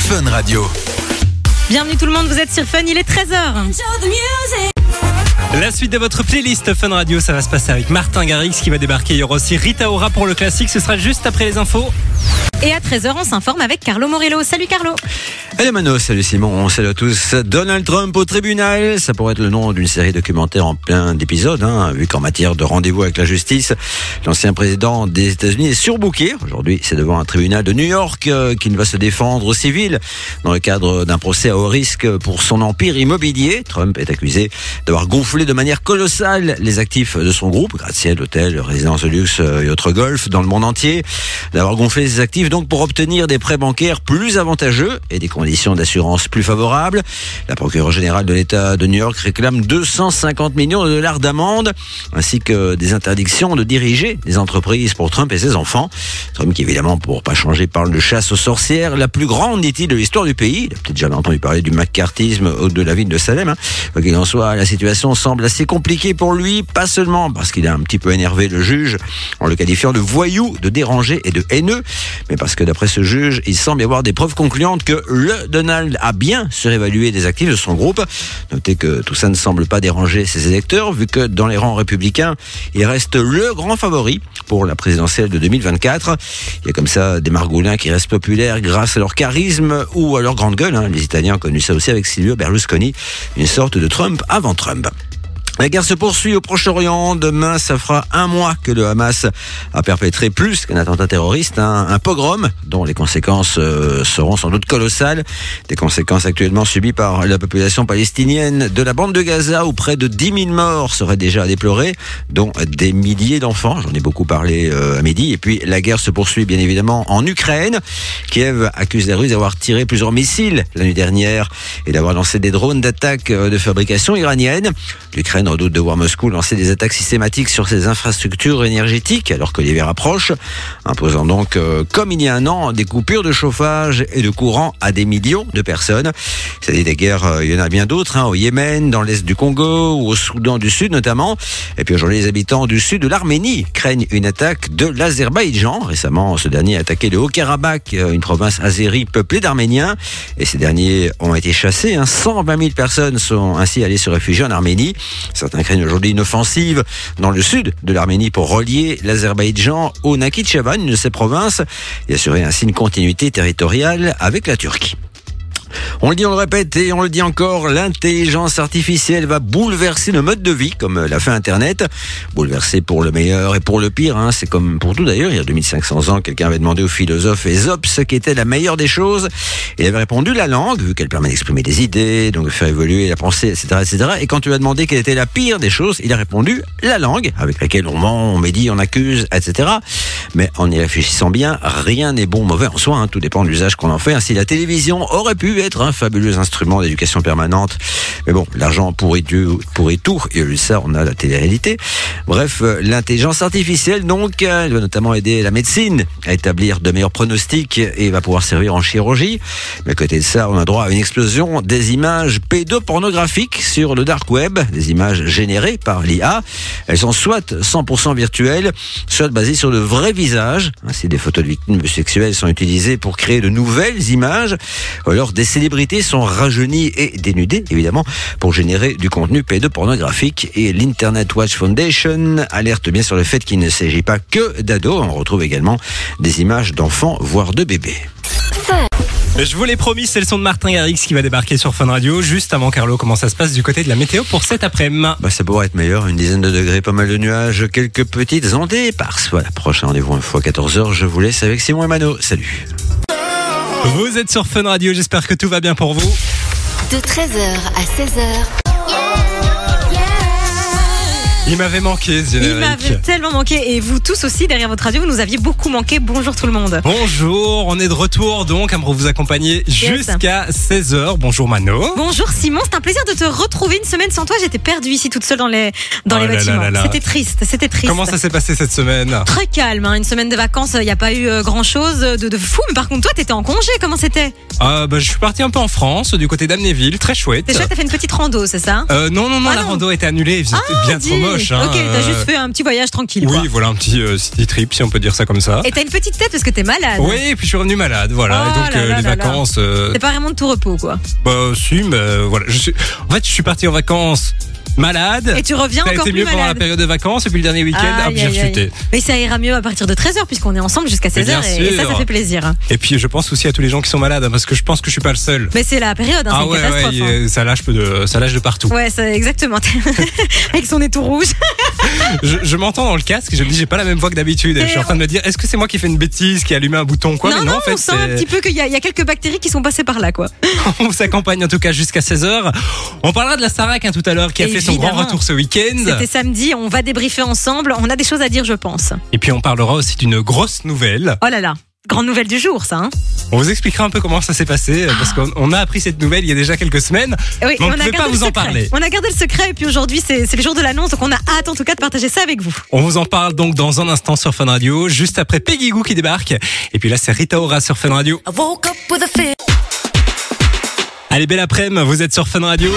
Fun Radio. Bienvenue tout le monde, vous êtes sur Fun, il est 13h. La suite de votre playlist Fun Radio, ça va se passer avec Martin Garrix qui va débarquer. Il y aura aussi Rita Ora pour le classique, ce sera juste après les infos. Et à 13h, on s'informe avec Carlo Morello. Salut Carlo. Allez Mano, salut Simon, salut à tous. Donald Trump au tribunal, ça pourrait être le nom d'une série documentaire en plein d'épisodes, vu qu'en matière de rendez-vous avec la justice, l'ancien président des États-Unis est surbooké. Aujourd'hui, c'est devant un tribunal de New York qu'il va se défendre au civil dans le cadre d'un procès à haut risque pour son empire immobilier. Trump est accusé d'avoir gonflé de manière colossale les actifs de son groupe, gratte-ciel, hôtels, résidences de luxe et autres golfs dans le monde entier, d'avoir gonflé ses actifs donc pour obtenir des prêts bancaires plus avantageux et des conditions d'assurance plus favorables. La procureure générale de l'État de New York réclame 250 millions de dollars d'amende ainsi que des interdictions de diriger des entreprises pour Trump et ses enfants. Trump qui évidemment, pour pas changer, parle de chasse aux sorcières, la plus grande, dit-il, de l'histoire du pays. Il a peut-être jamais entendu parler du McCarthyisme de la ville de Salem. Quoi qu'il en soit, la situation semble assez compliquée pour lui, pas seulement parce qu'il a un petit peu énervé le juge en le qualifiant de voyou, de dérangé et de haineux, mais parce que d'après ce juge, il semble y avoir des preuves concluantes que le Donald a bien surévalué des actifs de son groupe. Notez que tout ça ne semble pas déranger ses électeurs, vu que dans les rangs républicains, il reste le grand favori pour la présidentielle de 2024. Il y a comme ça des margoulins qui restent populaires grâce à leur charisme ou à leur grande gueule. Les Italiens ont connu ça aussi avec Silvio Berlusconi, une sorte de Trump avant Trump. La guerre se poursuit au Proche-Orient. Demain, ça fera un mois que le Hamas a perpétré plus qu'un attentat terroriste, un pogrom dont les conséquences seront sans doute colossales. Des conséquences actuellement subies par la population palestinienne de la bande de Gaza où près de 10 000 morts seraient déjà à déplorer, dont des milliers d'enfants. J'en ai beaucoup parlé à midi. Et puis, la guerre se poursuit bien évidemment en Ukraine. Kiev accuse les Russes d'avoir tiré plusieurs missiles la nuit dernière et d'avoir lancé des drones d'attaque de fabrication iranienne. L'Ukraine redoute de voir Moscou lancer des attaques systématiques sur ses infrastructures énergétiques alors que l'hiver approche, imposant donc, comme il y a un an, des coupures de chauffage et de courant à des millions de personnes. C'est des guerres, il y en a bien d'autres, au Yémen, dans l'est du Congo ou au Soudan du Sud notamment. Et puis aujourd'hui, les habitants du sud de l'Arménie craignent une attaque de l'Azerbaïdjan. Récemment, ce dernier a attaqué le Haut-Karabakh, une province azérie peuplée d'Arméniens. Et ces derniers ont été chassés. 120 000 personnes sont ainsi allées se réfugier en Arménie. Certains craignent aujourd'hui une offensive dans le sud de l'Arménie pour relier l'Azerbaïdjan au Nakhitchevan, une de ces provinces, et assurer ainsi une continuité territoriale avec la Turquie. On le dit, on le répète et on le dit encore, l'intelligence artificielle va bouleverser le mode de vie, comme l'a fait Internet. Bouleverser pour le meilleur et pour le pire, c'est comme pour tout d'ailleurs. Il y a 2500 ans, quelqu'un avait demandé au philosophe Ésope ce qui était la meilleure des choses. Il avait répondu la langue, vu qu'elle permet d'exprimer des idées, donc de faire évoluer la pensée, etc., etc. Et quand tu lui as demandé quelle était la pire des choses, il a répondu la langue, avec laquelle on ment, on médit, on accuse, etc. Mais en y réfléchissant bien, rien n'est bon ou mauvais en soi, tout dépend de l'usage qu'on en fait. Ainsi, la télévision aurait pu être un fabuleux instrument d'éducation permanente. Mais bon, l'argent pourrit tout, et au lieu de ça, on a la télé-réalité. Bref, l'intelligence artificielle, donc, elle va notamment aider la médecine à établir de meilleurs pronostics et va pouvoir servir en chirurgie. Mais à côté de ça, on a droit à une explosion des images pédopornographiques sur le dark web, des images générées par l'IA. Elles sont soit 100% virtuelles, soit basées sur de vrais visages. Ainsi, des photos de victimes sexuelles sont utilisées pour créer de nouvelles images, ou alors des célébrités sont rajeunies et dénudées, évidemment, pour générer du contenu pédopornographique. Et l'Internet Watch Foundation alerte bien sur le fait qu'il ne s'agit pas que d'ados. On retrouve également des images d'enfants, voire de bébés. Je vous l'ai promis, c'est le son de Martin Garrix qui va débarquer sur Fun Radio. Juste avant, Carlo, comment ça se passe du côté de la météo pour cet après-midi? Ça pourrait être meilleur, une dizaine de degrés, pas mal de nuages, quelques petites ondes éparses. Voilà, prochain rendez-vous une fois 14h. Je vous laisse avec Simon et Mano. Salut. Vous êtes sur Fun Radio, j'espère que tout va bien pour vous. De 13h à 16h. Il m'avait manqué ce générique. Il m'avait tellement manqué. Et vous tous aussi, derrière votre radio, vous nous aviez beaucoup manqué. Bonjour tout le monde. Bonjour, on est de retour donc pour vous accompagner jusqu'à 16h. Bonjour Mano. Bonjour Simon, c'est un plaisir de te retrouver. Une semaine sans toi, j'étais perdue ici toute seule dans les bâtiments. C'était triste. Comment ça s'est passé cette semaine? Très calme, une semaine de vacances, il n'y a pas eu grand chose de fou. Mais par contre, toi, t'étais en congé, comment c'était? Je suis parti un peu en France, du côté d'Amnéville, très chouette. C'est chouette, t'as fait une petite rando, c'est ça? Non, la rando a été annulée, il faisait bien trop moche. proche. Hein, ok, t'as juste fait un petit voyage tranquille. Oui, quoi. voilà, un petit city trip, si on peut dire ça comme ça. Et t'as une petite tête parce que t'es malade. Oui, et puis je suis revenu malade, voilà. Oh Et donc là là les là vacances. C'est pas vraiment de tout repos, quoi. Bah si, mais voilà. En fait, je suis parti en vacances malade. Et tu reviens ça a encore été plus mieux pendant la malade. période de vacances et puis le dernier week-end, hop, Aïe, j'ai aïe, aïe. rechuté. Mais ça ira mieux à partir de 13h puisqu'on est ensemble jusqu'à Mais 16h bien et ça sûr. fait plaisir. Et puis je pense aussi à tous les gens qui sont malades hein, parce que je pense que je suis pas le seul. Mais c'est la période, c'est une catastrophe. ouais, ça lâche de partout. Ouais, c'est exactement. Avec son nez tout rouge. Je m'entends dans le casque, je me dis j'ai pas la même voix que d'habitude. Je suis en train de me dire est-ce que c'est moi qui fais une bêtise, qui a allumé un bouton quoi? Non, Mais non, en fait, on sent un petit peu qu'il y a quelques bactéries qui sont passées par là, quoi. On s'accompagne en tout cas jusqu'à 16h. On parlera de la Starac tout à l'heure qui a fait son grand Évidemment. retour ce week-end. C'était samedi, on va débriefer ensemble. On a des choses à dire, je pense. Et puis on parlera aussi d'une grosse nouvelle. Oh là là, grande nouvelle du jour, ça. Hein. On vous expliquera un peu comment ça s'est passé parce qu'on a appris cette nouvelle il y a déjà quelques semaines. Oui, mais on ne a pouvait pas gardé vous le en secret. parler. On a gardé le secret et puis aujourd'hui c'est le jour de l'annonce, donc on a hâte en tout cas de partager ça avec vous. On vous en parle donc dans un instant sur Fun Radio, juste après Peggy Gou qui débarque. Et puis là c'est Rita Ora sur Fun Radio. Allez, belle après-midi, vous êtes sur Fun Radio.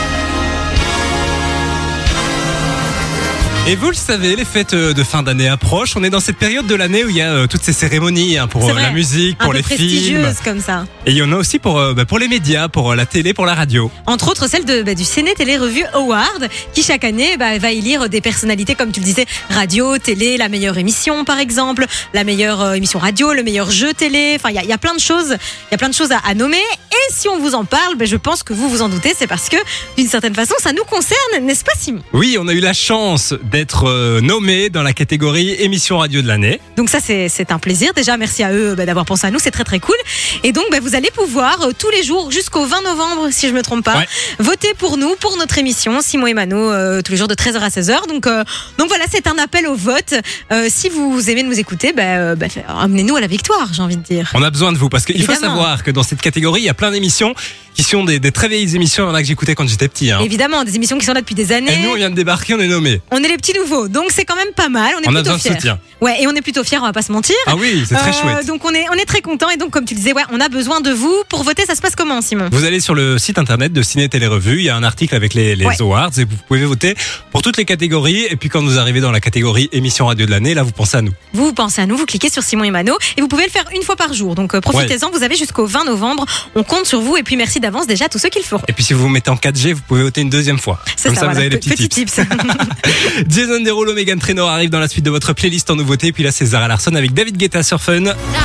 Et vous le savez, les fêtes de fin d'année approchent. On est dans cette période de l'année où il y a toutes ces cérémonies hein, pour C'est vrai, la musique, un pour peu les films. prestigieuse comme ça. Et il y en a aussi pour les médias, pour la télé, pour la radio. Entre autres celle du Ciné Télé Revue Award qui chaque année va élire des personnalités comme tu le disais, radio, télé, la meilleure émission par exemple, la meilleure émission radio, le meilleur jeu télé. Enfin il y a plein de choses, à nommer. Et si on vous en parle, je pense que vous vous en doutez, c'est parce que d'une certaine façon ça nous concerne, n'est-ce pas Simon? Oui, on a eu la chance d'être nommé dans la catégorie émission radio de l'année. Donc ça c'est un plaisir. Déjà merci à eux d'avoir pensé à nous, c'est très très cool. Et donc vous allez pouvoir tous les jours jusqu'au 20 novembre si je me trompe pas, voter pour nous, pour notre émission Simon et Mano tous les jours de 13h à 16h. Donc voilà, c'est un appel au vote. Si vous aimez nous écouter, amenez-nous à la victoire, j'ai envie de dire. On a besoin de vous parce qu'il faut Évidemment. savoir que dans cette catégorie, il y a plein d'émissions qui sont des très vieilles émissions. Il y en a que j'écoutais quand j'étais petit. Hein. Évidemment, des émissions qui sont là depuis des années. Et nous, on vient de débarquer, on est nommés. On est les petits nouveaux, donc c'est quand même pas mal. On est On a plutôt besoin de fiers. soutien. Ouais, et on est plutôt fiers, on va pas se mentir. Ah oui, c'est très chouette. Donc on est très contents et donc comme tu le disais, on a besoin de vous pour voter. Ça se passe comment, Simon? Vous allez sur le site internet de Ciné Télé Revue, il y a un article avec les awards et vous pouvez voter pour toutes les catégories. Et puis quand vous arrivez dans la catégorie émission radio de l'année, là vous pensez à nous. Vous pensez à nous, vous cliquez sur Simon et Mano et vous pouvez le faire une fois par jour. Donc profitez-en, vous avez jusqu'au 20 novembre. On compte sur vous et puis merci d'avance déjà à tous ceux qui le feront. Et puis si vous vous mettez en 4G, vous pouvez voter une deuxième fois. C'est Comme ça, voilà. vous avez les petits tips. Jason Derulo, Meghan Trainor arrive dans la suite de votre playlist en nouveauté. Et puis là, c'est Zara Larsson avec David Guetta sur Fun.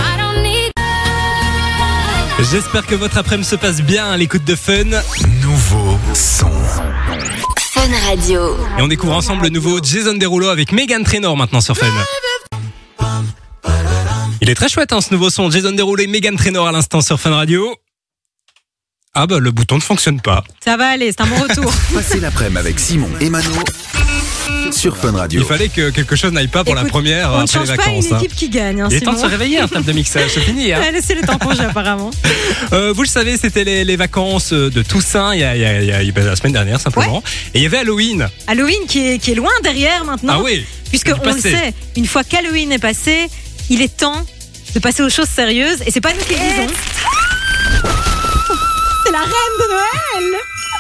J'espère que votre après-midi se passe bien à l'écoute de Fun. Nouveau son. Fun Radio. Et on découvre ensemble le nouveau Jason Derulo avec Meghan Trainor maintenant sur Fun. Il est très chouette ce nouveau son. Jason Derulo et Meghan Trainor à l'instant sur Fun Radio. Ah le bouton ne fonctionne pas. Ça va aller, c'est un bon retour. Passez l'après-midi avec Simon et Mano sur Fun Radio. Il fallait que quelque chose n'aille pas pour la Écoute, première on ne après les change pas vacances. une équipe qui gagne. Il est temps de Simon. se réveiller, table de mixage, c'est fini. Hein. Laissez le temps congé apparemment. Vous le savez, c'était les vacances de Toussaint il y a la semaine dernière simplement. Et il y avait Halloween. Halloween qui est loin derrière maintenant. Ah oui. Puisque on le sait, une fois qu'Halloween est passé, il est temps de passer aux choses sérieuses. Et c'est pas nous qui le disons. C'est la reine de Noël.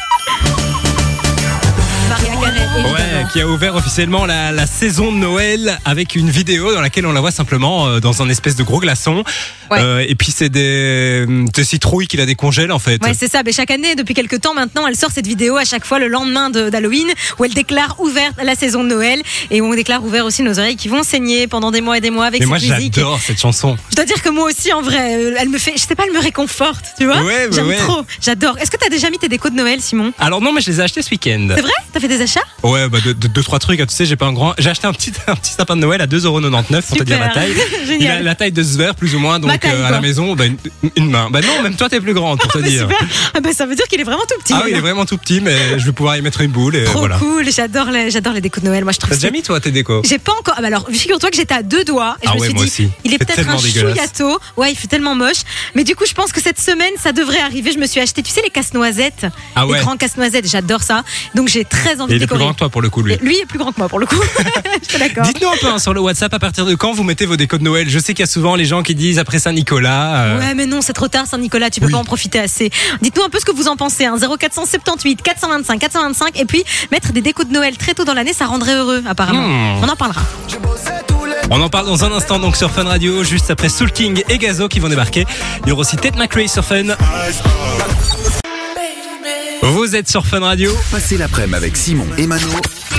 Maria Carey, évidemment. Ouais, qui a ouvert officiellement la saison de Noël avec une vidéo dans laquelle on la voit simplement dans un espèce de gros glaçon. Ouais. Et puis c'est des citrouilles qui la décongèlent en fait. Ouais, c'est ça. Mais chaque année, depuis quelques temps maintenant, elle sort cette vidéo à chaque fois le lendemain d'Halloween où elle déclare ouverte la saison de Noël et où on déclare ouvert aussi nos oreilles qui vont saigner pendant des mois et des mois avec Mais cette moi musique. j'adore cette chanson. Je dois dire que moi aussi, en vrai, elle me fait, je sais pas, elle me réconforte, tu vois. Ouais, J'aime ouais. trop, j'adore. Est-ce que t'as déjà mis tes décos de Noël, Simon? Alors non, mais je les ai achetés ce week-end. C'est vrai? T'as fait des achats? Ouais, deux, trois trucs. Tu sais, j'ai pas un grand. J'ai acheté un petit sapin de Noël à 2,99€ pour te dire la taille. Génial. Il a la taille de ce verre plus ou moins, donc Ma taille, à quoi. la maison, une main. Non, même toi t'es plus grande pour te Mais dire. super. Ah bah ça veut dire qu'il est vraiment tout petit. Ah oui, il est vraiment tout petit, mais je vais pouvoir y mettre une boule et Trop voilà. cool. J'adore les décos de Noël. Moi, je trouve T'as ça. déjà mis toi tes décos? J'ai pas encore. Ah bah alors, figure-toi que j'étais à 2 doigts et je Ah me ouais, suis moi dit, aussi. il est C'est peut-être un tellement dégueulasse. chouillato. Ouais, il fait tellement moche. Mais du coup, je pense que cette semaine, ça devrait arriver. Je me suis acheté, tu sais, les casse-noisettes, Ah ouais. les grands casse-noisettes. J'adore ça. Donc j'ai très envie Il est plus décoré. grand que toi pour le coup, lui. Lui est plus grand que moi pour le coup. Je suis d'accord. Dites-nous un peu sur le WhatsApp à partir de quand vous mettez vos décos de Noël. Je sais qu'il y a souvent les gens qui disent après Saint-Nicolas. Ouais, mais non, c'est trop tard, Saint-Nicolas, tu peux Oui. pas en profiter assez. Dites-nous un peu ce que vous en pensez, hein. 0478 425 425. Et puis, mettre des décos de Noël très tôt dans l'année, ça rendrait heureux, apparemment. On en parlera. On en parle dans un instant donc sur Fun Radio, juste après Soul King et Gazo qui vont débarquer. Il y aura aussi Ted McRae sur Fun. Vous êtes sur Fun Radio. Passez l'après-midi avec Simon et Mano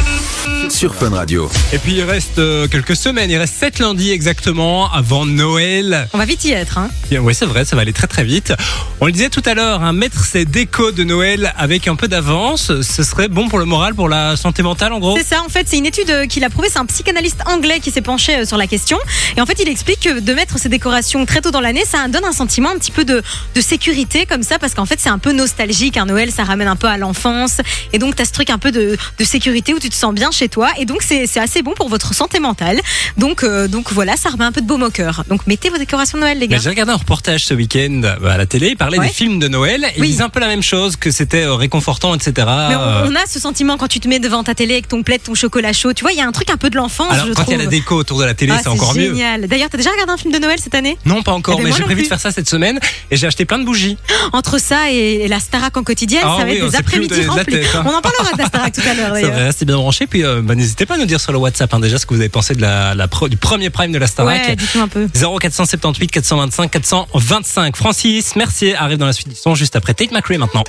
sur Fun Radio. Et puis il reste quelques semaines, il reste 7 lundis exactement avant Noël. On va vite y être, hein. Oui, c'est vrai, ça va aller très très vite. On le disait tout à l'heure, hein, mettre ses décos de Noël avec un peu d'avance, ce serait bon pour le moral, pour la santé mentale en gros. C'est ça, en fait, c'est une étude qu'il a prouvée. C'est un psychanalyste anglais qui s'est penché sur la question. Et en fait, il explique que de mettre ces décorations très tôt dans l'année, ça donne un sentiment un petit peu de sécurité comme ça, parce qu'en fait, c'est un peu nostalgique. Un Noël, ça ramène un peu à l'enfance. Et donc, t'as ce truc un peu de sécurité où tu te sens bien chez toi. Et donc, c'est assez bon pour votre santé mentale. Donc voilà, ça remet un peu de baume au cœur. Donc, mettez vos décorations de Noël, les gars. Mais j'ai regardé un reportage ce week-end à la télé, il parlait Ouais. des films de Noël et il Oui. disait un peu la même chose, que c'était réconfortant, etc. Mais on a ce sentiment quand tu te mets devant ta télé avec ton plaid, ton chocolat chaud. Tu vois, il y a un truc un peu de l'enfance, Alors je quand trouve. il y a la déco autour de la télé, Ah, c'est encore mieux. génial. D'ailleurs, t'as déjà regardé un film de Noël cette année? Non, pas encore, Eh ben, mais moi j'ai non prévu de plus. faire ça cette semaine et j'ai acheté plein de bougies. Entre ça et la Starac en quotidienne, Ah ça va oui, être on des sait plus où après-midi donner de la remplis. tête, hein. On en parlera de la Starac tout à l'heure C'est d'ailleurs. vrai, c'est bien branché. Puis n'hésitez pas à nous dire sur le WhatsApp déjà ce que vous avez pensé de du premier prime de la Starac. Ouais, dites-nous un peu. 0478 425 425. Francis Mercier arrive dans la suite du son juste après Tate McRae maintenant.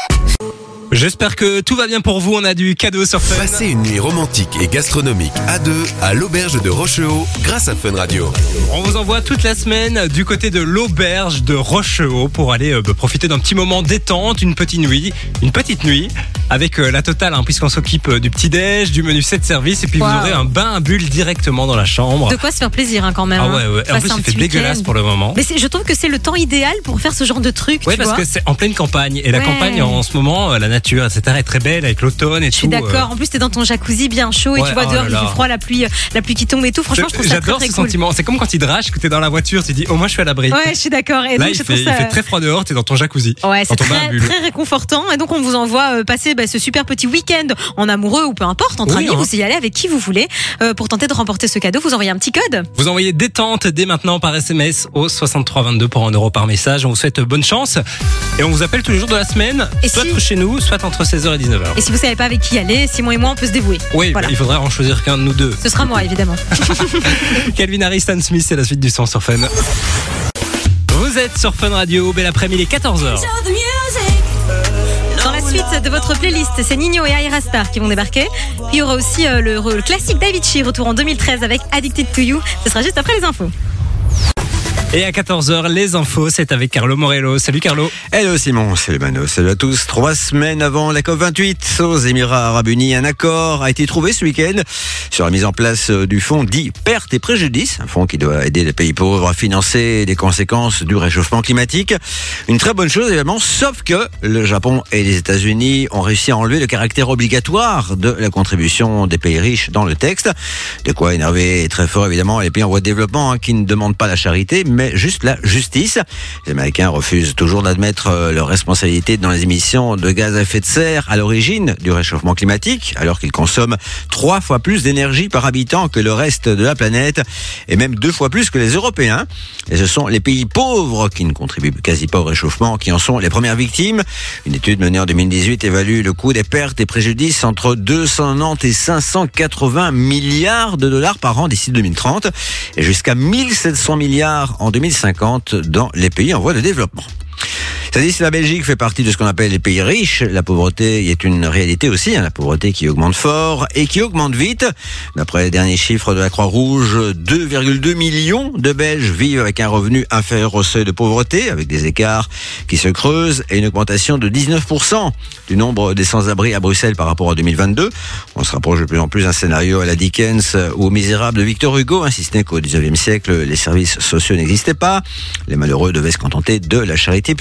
J'espère que tout va bien pour vous. On a du cadeau sur Fun. Passez une nuit romantique et gastronomique à deux à l'auberge de Rochehaut grâce à Fun Radio. On vous envoie toute la semaine du côté de l'auberge de Rochehaut pour aller profiter d'un petit moment détente, une petite nuit avec la totale, hein, puisqu'on s'occupe du petit-déj, du menu 7 services et puis Wow. vous aurez un bain à bulles directement dans la chambre. De quoi se faire plaisir hein, quand même. Ah hein. ouais, ouais. Et en Passer plus, un il fait petit dégueulasse week-end. pour le moment. Mais je trouve que c'est le temps idéal pour faire ce genre de truc. Oui, tu parce vois. que c'est en pleine campagne. Et la Ouais. campagne, en ce moment, la nature, etc., est très belle avec l'automne et Je suis tout. d'accord. En plus, t'es dans ton jacuzzi bien chaud et Ouais, tu vois oh dehors, là il là. fait froid, la pluie qui tombe et tout. Franchement, je trouve ça très J'adore très ce cool. sentiment. C'est comme quand il drache, que t'es dans la voiture, tu dis, au moins je suis à l'abri. Ouais, je suis d'accord. Et Là, donc, il je trouve fait, ça. il fait très froid dehors, t'es dans ton jacuzzi. Ouais, c'est dans ton bain à très, bulles. très réconfortant. Et donc, on vous envoie passer ce super petit week-end en amoureux ou peu importe, entre Oui, amis. hein. Vous y allez avec qui vous voulez pour tenter de remporter ce cadeau. Vous envoyez un petit code. Vous envoyez détente dès maintenant par SMS au 6322 pour 1 euro par message. On vous souhaite bonne chance. Et on vous appelle tous les jours de la semaine, Et soit si- chez nous, soit entre 16h et 19h. Et si vous savez pas avec qui aller, Simon et moi, on peut se dévouer. Oui, Voilà. il faudrait en choisir qu'un de nous deux. Ce sera moi, évidemment. Calvin Harris, Stan Smith, c'est la suite du son sur Fun. Vous êtes sur Fun Radio, bel après-midi, il est 14h. Dans la suite de votre playlist, c'est Nino et Ayra Star qui vont débarquer. Puis il y aura aussi le classique d'Avicii, retour en 2013 avec Addicted to You. Ce sera juste après les infos. Et à 14h, les infos, c'est avec Carlo Morello. Salut Carlo. Hello Simon, salut Mano, salut à tous. 3 semaines avant la COP28 aux Émirats Arabes Unis, un accord a été trouvé ce week-end sur la mise en place du fonds dit pertes et préjudices, un fonds qui doit aider les pays pauvres à financer les conséquences du réchauffement climatique. Une très bonne chose évidemment, sauf que le Japon et les États-Unis ont réussi à enlever le caractère obligatoire de la contribution des pays riches dans le texte. De quoi énerver très fort évidemment les pays en voie de développement qui ne demandent pas la charité, mais juste la justice. Les Américains refusent toujours d'admettre leur responsabilité dans les émissions de gaz à effet de serre à l'origine du réchauffement climatique, alors qu'ils consomment 3 fois plus d'énergie par habitant que le reste de la planète, et même 2 fois plus que les Européens. Et ce sont les pays pauvres qui ne contribuent quasi pas au réchauffement qui en sont les premières victimes. Une étude menée en 2018 évalue le coût des pertes et préjudices entre 290 et 580 milliards de dollars par an d'ici 2030, et jusqu'à 1700 milliards en 2050 dans les pays en voie de développement. C'est-à-dire que la Belgique fait partie de ce qu'on appelle les pays riches. La pauvreté y est une réalité aussi, la pauvreté qui augmente fort et qui augmente vite. D'après les derniers chiffres de la Croix-Rouge, 2,2 millions de Belges vivent avec un revenu inférieur au seuil de pauvreté, avec des écarts qui se creusent et une augmentation de 19% du nombre des sans-abri à Bruxelles par rapport à 2022. On se rapproche de plus en plus d'un scénario à la Dickens ou aux Misérables de Victor Hugo, si ce n'est qu'au XIXe siècle, les services sociaux n'existaient pas. Les malheureux devaient se contenter de la charité publique.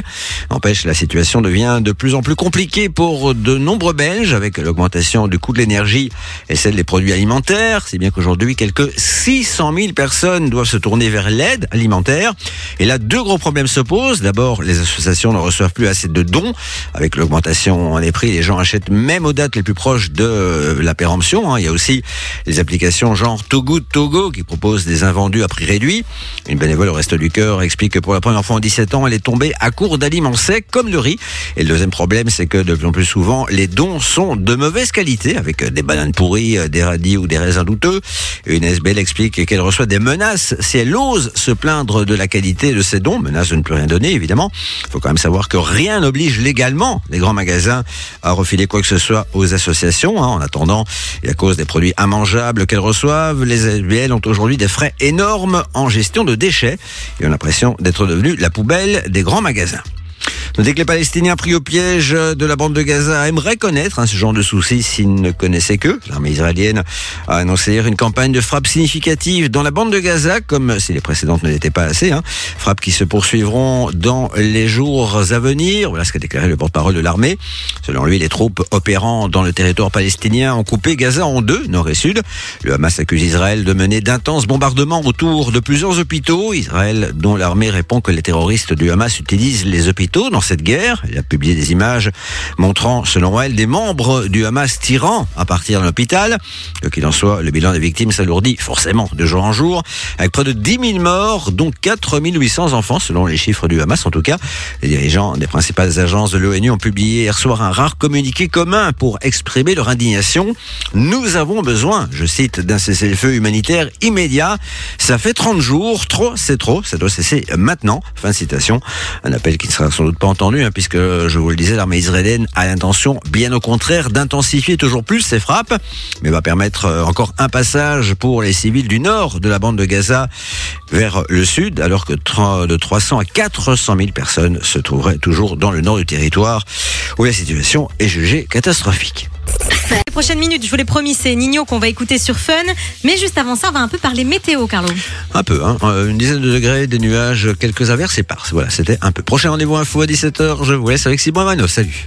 N'empêche, la situation devient de plus en plus compliquée pour de nombreux Belges avec l'augmentation du coût de l'énergie et celle des produits alimentaires. C'est bien qu'aujourd'hui, quelques 600 000 personnes doivent se tourner vers l'aide alimentaire. Et là, deux gros problèmes se posent. D'abord, les associations ne reçoivent plus assez de dons. Avec l'augmentation des prix, les gens achètent même aux dates les plus proches de la péremption. Il y a aussi les applications genre Too Good To Go qui proposent des invendus à prix réduit. Une bénévole au Resto du Cœur explique que pour la première fois en 17 ans, elle est tombée à court d'aliments secs comme le riz. Et le deuxième problème, c'est que de plus en plus souvent, les dons sont de mauvaise qualité avec des bananes pourries, des radis ou des raisins douteux. Une SBL explique qu'elle reçoit des menaces si elle ose se plaindre de la qualité de ces dons. Menaces de ne plus rien donner, évidemment. Il faut quand même savoir que rien n'oblige légalement les grands magasins à refiler quoi que ce soit aux associations. En attendant, et à cause des produits immangeables qu'elles reçoivent, les SBL ont aujourd'hui des frais énormes en gestion de déchets et ont l'impression d'être devenus la poubelle des grands magasins. Notez que les Palestiniens pris au piège de la bande de Gaza aimeraient connaître ce genre de soucis s'ils ne connaissaient que. L'armée israélienne a annoncé hier une campagne de frappes significatives dans la bande de Gaza, comme si les précédentes ne l'étaient pas assez. Frappes qui se poursuivront dans les jours à venir. Voilà ce qu'a déclaré le porte-parole de l'armée. Selon lui, les troupes opérant dans le territoire palestinien ont coupé Gaza en deux, nord et sud. Le Hamas accuse Israël de mener d'intenses bombardements autour de plusieurs hôpitaux. Israël, dont l'armée répond que les terroristes du Hamas utilisent les hôpitaux dans cette guerre. Elle a publié des images montrant, selon elle, des membres du Hamas tirant à partir d'un hôpital. Quoi qu'il en soit, le bilan des victimes s'alourdit forcément de jour en jour, avec près de 10 000 morts, dont 4 800 enfants, selon les chiffres du Hamas en tout cas. Les dirigeants des principales agences de l'ONU ont publié hier soir un rare communiqué commun pour exprimer leur indignation. Nous avons besoin, je cite, d'un cessez-le-feu humanitaire immédiat. Ça fait 30 jours, trop, c'est trop, ça doit cesser maintenant. Fin de citation. Un appel qui ne sera sans doute pas entendu, puisque, je vous le disais, l'armée israélienne a l'intention, bien au contraire, d'intensifier toujours plus ses frappes, mais va permettre encore un passage pour les civils du nord de la bande de Gaza vers le sud, alors que de 300 à 400 000 personnes se trouveraient toujours dans le nord du territoire, où la situation est jugée catastrophique. Les prochaines minutes, je vous l'ai promis, c'est Nino qu'on va écouter sur Fun. Mais juste avant ça, on va un peu parler météo, Carlo. Un peu, une dizaine de degrés, des nuages, quelques averses éparses. Voilà, c'était un peu. Prochain rendez-vous info à 17h, je vous laisse avec Simon et Mano. Salut.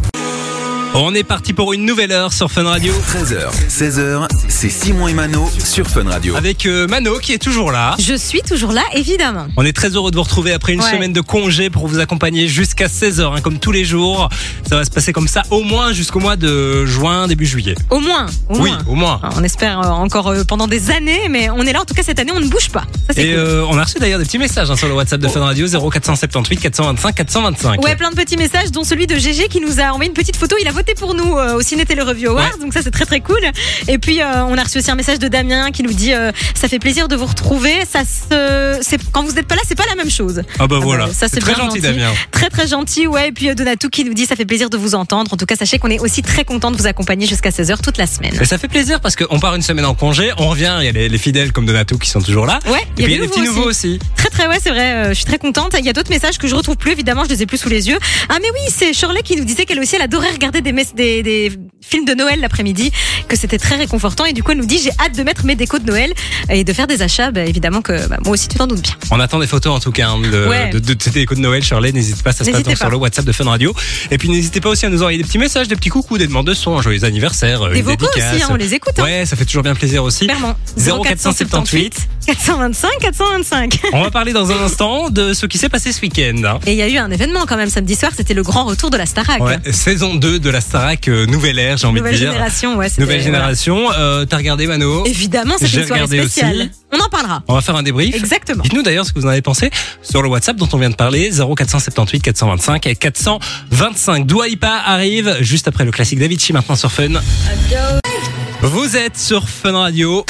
On est parti pour une nouvelle heure sur Fun Radio. 13h, 16h, c'est Simon et Mano sur Fun Radio. Avec Mano qui est toujours là. Je suis toujours là, évidemment. On est très heureux de vous retrouver après une semaine de congé pour vous accompagner jusqu'à 16h, comme tous les jours. Ça va se passer comme ça au moins jusqu'au mois de juin, début juillet. Au moins. Au moins. Alors, on espère encore pendant des années, mais on est là en tout cas cette année, on ne bouge pas. Ça, c'est cool. On a reçu d'ailleurs des petits messages sur le WhatsApp de Fun Radio 0478 425 425. Ouais, plein de petits messages, dont celui de GG qui nous a envoyé une petite photo. Il a voté pour nous au Ciné Télé Revue Awards, donc ça c'est très très cool. Et puis on a reçu aussi un message de Damien qui nous dit ça fait plaisir de vous retrouver. Quand vous n'êtes pas là, c'est pas la même chose. Ah bah voilà. Ça c'est très gentil, Damien. Très très gentil, ouais. Et puis Donatou qui nous dit ça fait plaisir de vous entendre. En tout cas, sachez qu'on est aussi très content de vous accompagner jusqu'à 16h toute la semaine. Et ça fait plaisir parce qu'on part une semaine en congé, on revient, il y a les fidèles comme Donatou qui sont toujours là. Ouais. Et puis il y a des petits nouveaux aussi. Très ouais, c'est vrai. Je suis très contente. Il y a d'autres messages que je retrouve plus, évidemment, je les ai plus sous les yeux. Ah mais oui, c'est Shirley qui nous disait qu'elle aussi elle adorait regarder des films de Noël l'après-midi, que c'était très réconfortant, et du coup elle nous dit j'ai hâte de mettre mes décos de Noël et de faire des achats. Évidemment que moi aussi tu t'en doutes bien. On attend des photos en tout cas de tes décos de Noël, Shirley. N'hésite pas, ça se passe sur le WhatsApp de Fun Radio. Et puis n'hésitez pas aussi à nous envoyer des petits messages, des petits coucous, des demandes de son, un joyeux anniversaire, des une vocaux dédicace aussi, on les écoute. Ouais, ça fait toujours bien plaisir aussi. Clairement. 0478 425 425. On va parler dans un instant de ce qui s'est passé ce week-end. Et il y a eu un événement quand même samedi soir, c'était le grand retour de la Starac. Ouais, saison 2 de la Starac, nouvelle ère, j'ai envie de dire. Génération, ouais, nouvelle génération. T'as regardé, Mano? Évidemment, c'est une soirée spéciale. Aussi. On en parlera. On va faire un débrief. Exactement. Dites-nous d'ailleurs ce que vous en avez pensé sur le WhatsApp dont on vient de parler, 0478 425 et 425. Dua Lipa arrive juste après le classique d'Avicii maintenant sur Fun. Vous êtes sur Fun Radio.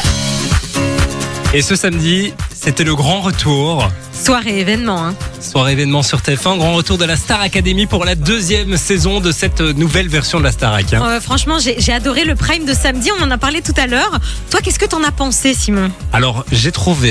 Et ce samedi, c'était le grand retour. Soirée événement. Soirée événement sur TF1, grand retour de la Star Academy pour la 2e saison de cette nouvelle version de la Starac. Franchement, j'ai adoré le prime de samedi, on en a parlé tout à l'heure. Toi, qu'est-ce que t'en as pensé, Simon? Alors, j'ai trouvé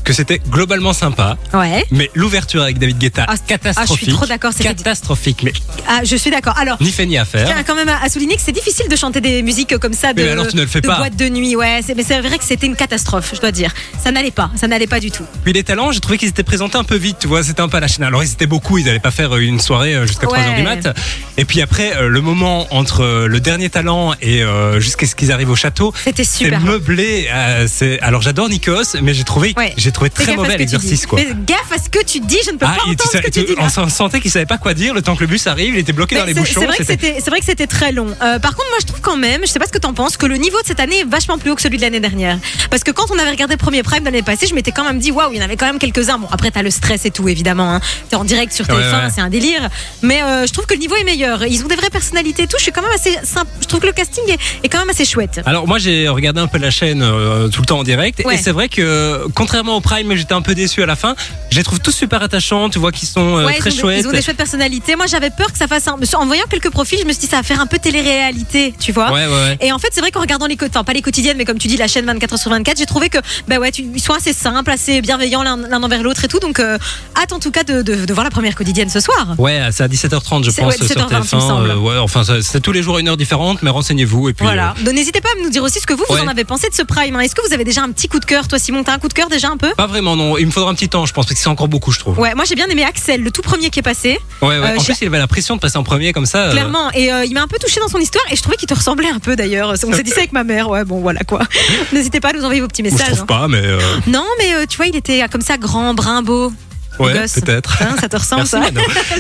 que c'était globalement sympa, Ouais. mais l'ouverture avec David Guetta, Ah, catastrophique. je suis trop d'accord, c'était- Catastrophique, mais Ah, je suis d'accord. Alors, ni fait ni à je tiens faire. quand même à souligner que c'est difficile de chanter des musiques comme ça de, Mais alors tu ne le fais de pas. boîte de nuit. Ouais, mais c'est vrai que c'était une catastrophe, je dois dire. Ça n'allait pas du tout. Puis les talents, j'ai trouvé qu'ils étaient présentés un peu vite, tu vois, c'était un peu à la chaîne. Alors ils étaient beaucoup, ils n'allaient pas faire une soirée jusqu'à 3h Ouais. du mat. Et puis après, le moment entre le dernier talent et jusqu'à ce qu'ils arrivent au château, C'était c'est super. meublé. Alors j'adore Nikos, mais j'ai trouvé Ouais. très Fais gaffe à mauvais ce que tu l'exercice, dis. quoi. Fais gaffe à ce que tu dis, je ne peux pas et entendre ce que tu dis. on sentait qu'il savait pas quoi dire le temps que le bus arrive, il était bloqué dans les bouchons. C'est vrai que c'était très long. Par contre, moi, je trouve quand même, je sais pas ce que t'en penses, que le niveau de cette année est vachement plus haut que celui de l'année dernière. Parce que quand on avait regardé le premier Prime de l'année passée, je m'étais quand même dit, waouh, il y en avait quand même quelques-uns. Bon, après, t'as le stress et tout, évidemment. Hein. T'es en direct sur TF1, Ouais. c'est un délire. Mais je trouve que le niveau est meilleur. Ils ont des vraies personnalités et tout. Je suis quand même assez simple. Je trouve que le casting est quand même assez chouette. Alors moi j'ai regardé un peu la chaîne tout le temps en direct Ouais. et c'est vrai que contrairement au Prime, j'étais un peu déçu à la fin. Je les trouve tous super attachants, tu vois qu'ils sont Ouais, très chouettes. ils ont des chouettes personnalités. Moi, j'avais peur que ça fasse en voyant quelques profils, je me suis dit, ça va faire un peu télé-réalité, tu vois. Ouais. Et en fait, c'est vrai qu'en regardant pas les quotidiennes, mais comme tu dis, la chaîne 24h/24, j'ai trouvé que, ils sont assez simples, assez bienveillants l'un envers l'autre et tout. Donc, hâte en tout cas de voir la première quotidienne ce soir. Ouais, c'est à 17h30 je C'est- pense ouais, 17h20, sur il me TF1. semble. Ouais, enfin c'est tous les jours à une heure différente, mais renseignez-vous et puis. Voilà. Donc, n'hésitez pas à nous dire aussi ce que vous Ouais. en avez pensé de ce Prime. Hein. Est-ce que vous avez déjà un petit coup de cœur, toi, Simon? T'as un coup de cœur déjà un peu? Pas vraiment non, il me faudra un petit temps, je pense parce que c'est encore beaucoup je trouve. Ouais, moi j'ai bien aimé Axel, le tout premier qui est passé. Ouais. En j'ai- plus il avait la pression de passer en premier comme ça. Clairement, et il m'a un peu touché dans son histoire et je trouvais qu'il te ressemblait un peu d'ailleurs. On s'est dit ça avec ma mère, ouais, bon voilà quoi. N'hésitez pas à nous envoyer vos petits Je messages. trouve hein. pas, mais Non, mais tu vois, il était comme ça, grand, brun, beau. ouais, gosse. peut-être. Hein, ça te ressemble Merci ça? Mano.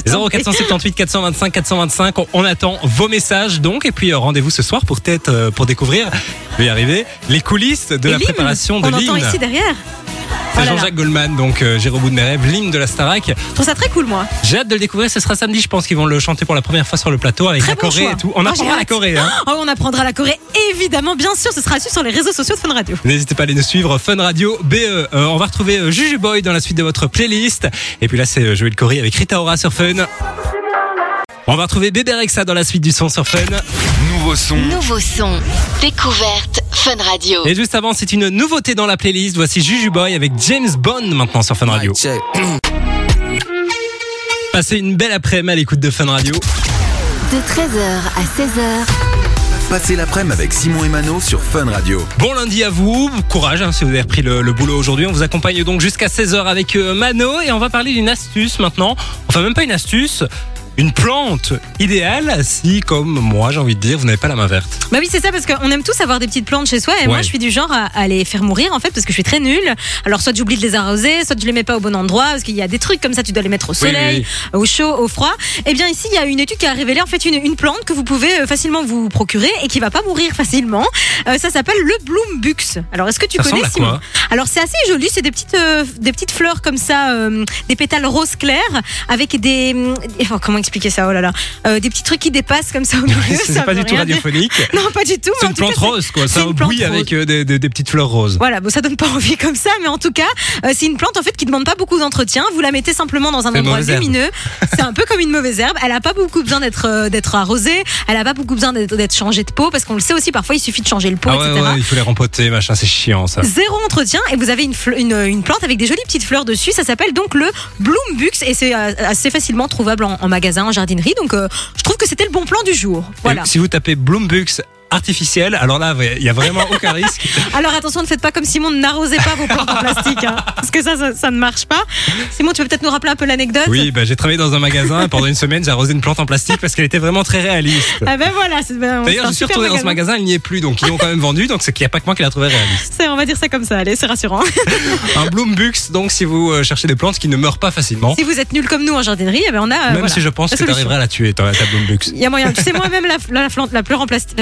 0478 425 425. On attend vos messages donc et puis rendez-vous ce soir pour découvrir, je vais y arriver, les coulisses de Et la l'hymne, préparation de on entend l'hymne. ici derrière. C'est Oh là là. Jean-Jacques Goldman, donc J'irai au bout de mes rêves, l'hymne de la Starac. Je trouve ça très cool, moi. J'ai hâte de le découvrir, ce sera samedi, je pense qu'ils vont le chanter pour la première fois sur le plateau avec Très la bon Corée choix. et tout. On Oh, apprendra j'ai la hâte. Corée, hein. Oh, on apprendra la Corée, évidemment, bien sûr, ce sera su sur les réseaux sociaux de Fun Radio. N'hésitez pas à aller nous suivre, Fun Radio BE. On va retrouver Juju Boy dans la suite de votre playlist. Et puis là, c'est Joël Corey avec Rita Ora sur Fun. On va retrouver Bébé Rexha dans la suite du son sur Fun. Nouveau son. Nouveau son. Découverte Fun Radio. Et juste avant, c'est une nouveauté dans la playlist. Voici Juju Boy avec James Bond maintenant sur Fun Radio. Passez une belle après-midi à l'écoute de Fun Radio. De 13h à 16h. Passez l'après-midi avec Simon et Mano sur Fun Radio. Bon lundi à vous, courage hein, si vous avez repris le boulot aujourd'hui. On vous accompagne donc jusqu'à 16h avec Mano et on va parler d'une astuce maintenant. Enfin même pas une astuce, une plante idéale si, comme moi j'ai envie de dire, vous n'avez pas la main verte. Bah oui, c'est ça, parce qu'on aime tous avoir des petites plantes chez soi. Et moi, Ouais. je suis du genre à les faire mourir, en fait, parce que je suis très nulle. Alors, soit j'oublie de les arroser, soit je les mets pas au bon endroit, parce qu'il y a des trucs comme ça, tu dois les mettre au soleil, au chaud, au froid. Et bien, ici, il y a une étude qui a révélé, en fait, une plante que vous pouvez facilement vous procurer et qui va pas mourir facilement. Ça s'appelle le Bloom Bux. Alors, est-ce que tu Ça connais, ressemble à Simon? quoi? Alors, c'est assez joli. C'est des petites fleurs comme ça, des pétales rose clair, avec oh, comment expliquer ça? Oh là là. Des petits trucs qui dépassent comme ça au milieu. C'est ça pas veut du tout rien dire. radiophonique. Non, pas du tout. C'est mais en une tout cas, plante rose quoi, c'est c'est un une plante bruit rose. avec des petites fleurs roses. Voilà, bon, ça donne pas envie comme ça, mais en tout cas, c'est une plante en fait qui demande pas beaucoup d'entretien. Vous la mettez simplement dans un C'est une endroit mauvaise herbe. lumineux. C'est un peu comme une mauvaise herbe. Elle a pas beaucoup besoin d'être arrosée. Elle a pas beaucoup besoin d'être changée de peau, parce qu'on le sait aussi. Parfois, il suffit de changer le pot, Ah ouais, etc. ouais, il faut les rempoter, machin, c'est chiant ça. Zéro entretien et vous avez une plante avec des jolies petites fleurs dessus. Ça s'appelle donc le Bloom Bux et c'est assez facilement trouvable en magasin, en jardinerie. Donc je trouve que c'était le bon plan du jour. Voilà. Et si vous tapez Bloombux artificiel, alors là, il y a vraiment aucun risque. Alors attention, ne faites pas comme Simon, n'arrosez pas vos plantes en plastique, hein, parce que ça ne marche pas. Simon, tu peux peut-être nous rappeler un peu l'anecdote? Oui, j'ai travaillé dans un magasin pendant une semaine, j'ai arrosé une plante en plastique parce qu'elle était vraiment très réaliste. Ah ben voilà. D'ailleurs, je suis retourné dans ce magasin, il n'y est plus, donc ils l'ont quand même vendu, donc c'est qu'il n'y a pas que moi qui l'a trouvé réaliste. On va dire ça comme ça, allez, c'est rassurant. Un Bloombux, donc si vous cherchez des plantes qui ne meurent pas facilement, Si vous êtes nuls comme nous en jardinerie, eh ben on a. même voilà, si je pense la que tu solution. arriveras à la tuer, ta Bloombux. Il y a moyen. Tu sais, moi-même, la plante la plus en plastique.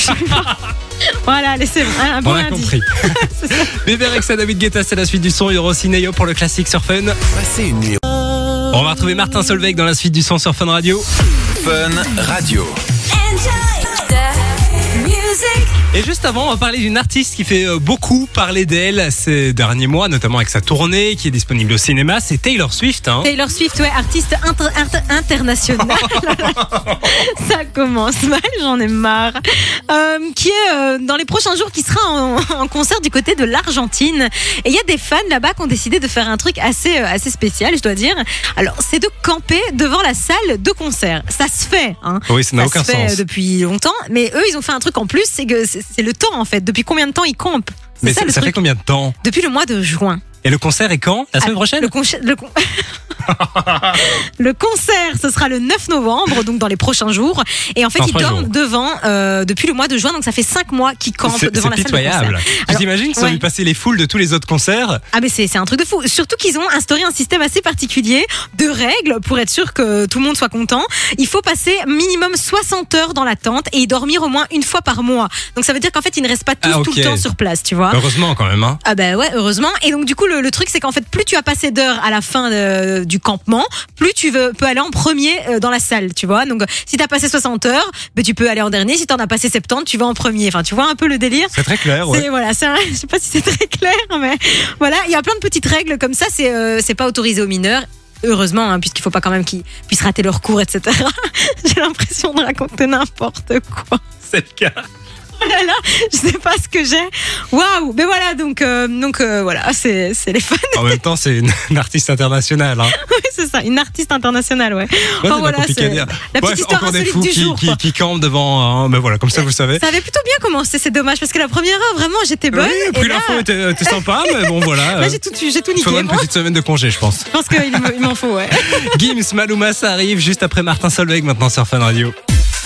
Voilà, allez, c'est un bon On a lundi. compris. Bébé Rexha, David Guetta, c'est la suite du son. Il y aura aussi Neo pour le classique sur Fun. Passez une nuit On va retrouver Martin Solveig dans la suite du son sur Fun Radio. Fun Radio. Enjoy the music. Et juste avant, on va parler d'une artiste qui fait beaucoup parler d'elle ces derniers mois, notamment avec sa tournée qui est disponible au cinéma. C'est Taylor Swift. Hein. Taylor Swift, ouais, artiste international. Ça commence mal, j'en ai marre. Qui est dans les prochains jours, qui sera en concert du côté de l'Argentine. Et il y a des fans là-bas qui ont décidé de faire un truc assez spécial, je dois dire. Alors, c'est de camper devant la salle de concert. Ça se fait, hein. Oui, ça n'a aucun se fait sens. depuis longtemps. Mais eux, ils ont fait un truc en plus, c'est que c'est le temps en fait. Depuis combien de temps ils campent? Mais le ça truc. fait combien de temps? Depuis le mois de juin. Et le concert est quand? La semaine prochaine? Le concert, ce sera le 9 novembre, donc dans les prochains jours. Et en fait, Dans ils 3 dorment jours. devant depuis le mois de juin, donc ça fait 5 mois qu'ils campent devant la salle de pitoyable. concert. Tu Alors, t'imagines qu'ils ont ouais. vu passer les foules de tous les autres concerts? Ah mais c'est un truc de fou. Surtout qu'ils ont instauré un système assez particulier de règles pour être sûr que tout le monde soit content. Il faut passer minimum 60 heures dans la tente et y dormir au moins une fois par mois. Donc ça veut dire qu'en fait, ils ne restent pas tous Ah, ok. tout le temps sur place, tu vois. Heureusement quand même. Hein. Ah bah ouais, heureusement. Et donc du coup, le truc, c'est qu'en fait, plus tu as passé d'heures à la fin du campement, plus tu peux aller en premier dans la salle, tu vois. Donc si t'as passé 60 heures, ben, tu peux aller en dernier. Si t'en as passé 70, tu vas en premier. Enfin, tu vois un peu le délire. C'est très clair, ouais. Voilà, je sais pas si c'est très clair, mais voilà, il y a plein de petites règles comme ça. C'est pas autorisé aux mineurs. Heureusement, hein, puisqu'il faut pas quand même qu'ils puissent rater leur cours, etc. J'ai l'impression de raconter n'importe quoi. C'est le cas. Voilà, je sais pas ce que j'ai. Waouh, mais voilà, donc voilà, c'est les fans. En même temps, c'est une artiste internationale. Hein. Oui, c'est ça, une artiste internationale, ouais. Ouais, c'est pas compliqué à dire. La petite Bref, histoire encore des insolite fous du jour. quoi. qui campent devant. Ben voilà, comme ça, vous savez. Ça avait plutôt bien commencé, c'est dommage, parce que la première heure, vraiment, j'étais bonne. Oui, et puis l'info était sympa, mais bon, voilà. Là, j'ai tout niqué. Faudra une Moi, petite semaine de congé, je pense. je pense qu'il m'en faut, ouais. Gims, Maluma, ça arrive juste après Martin Solveig, maintenant sur Fun Radio.